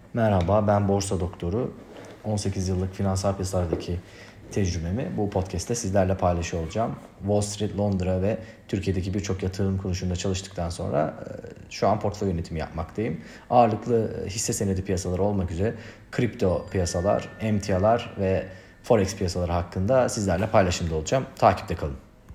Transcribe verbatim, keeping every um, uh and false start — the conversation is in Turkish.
Merhaba, ben Borsa Doktoru. on sekiz yıllık finansal piyasalardaki tecrübemi bu podcast'te sizlerle paylaşıyor olacağım. Wall Street, Londra ve Türkiye'deki birçok yatırım kuruluşunda çalıştıktan sonra şu an portföy yönetimi yapmaktayım. Ağırlıklı hisse senedi piyasaları olmak üzere kripto piyasalar, emtialar ve forex piyasaları hakkında sizlerle paylaşımda olacağım. Takipte kalın.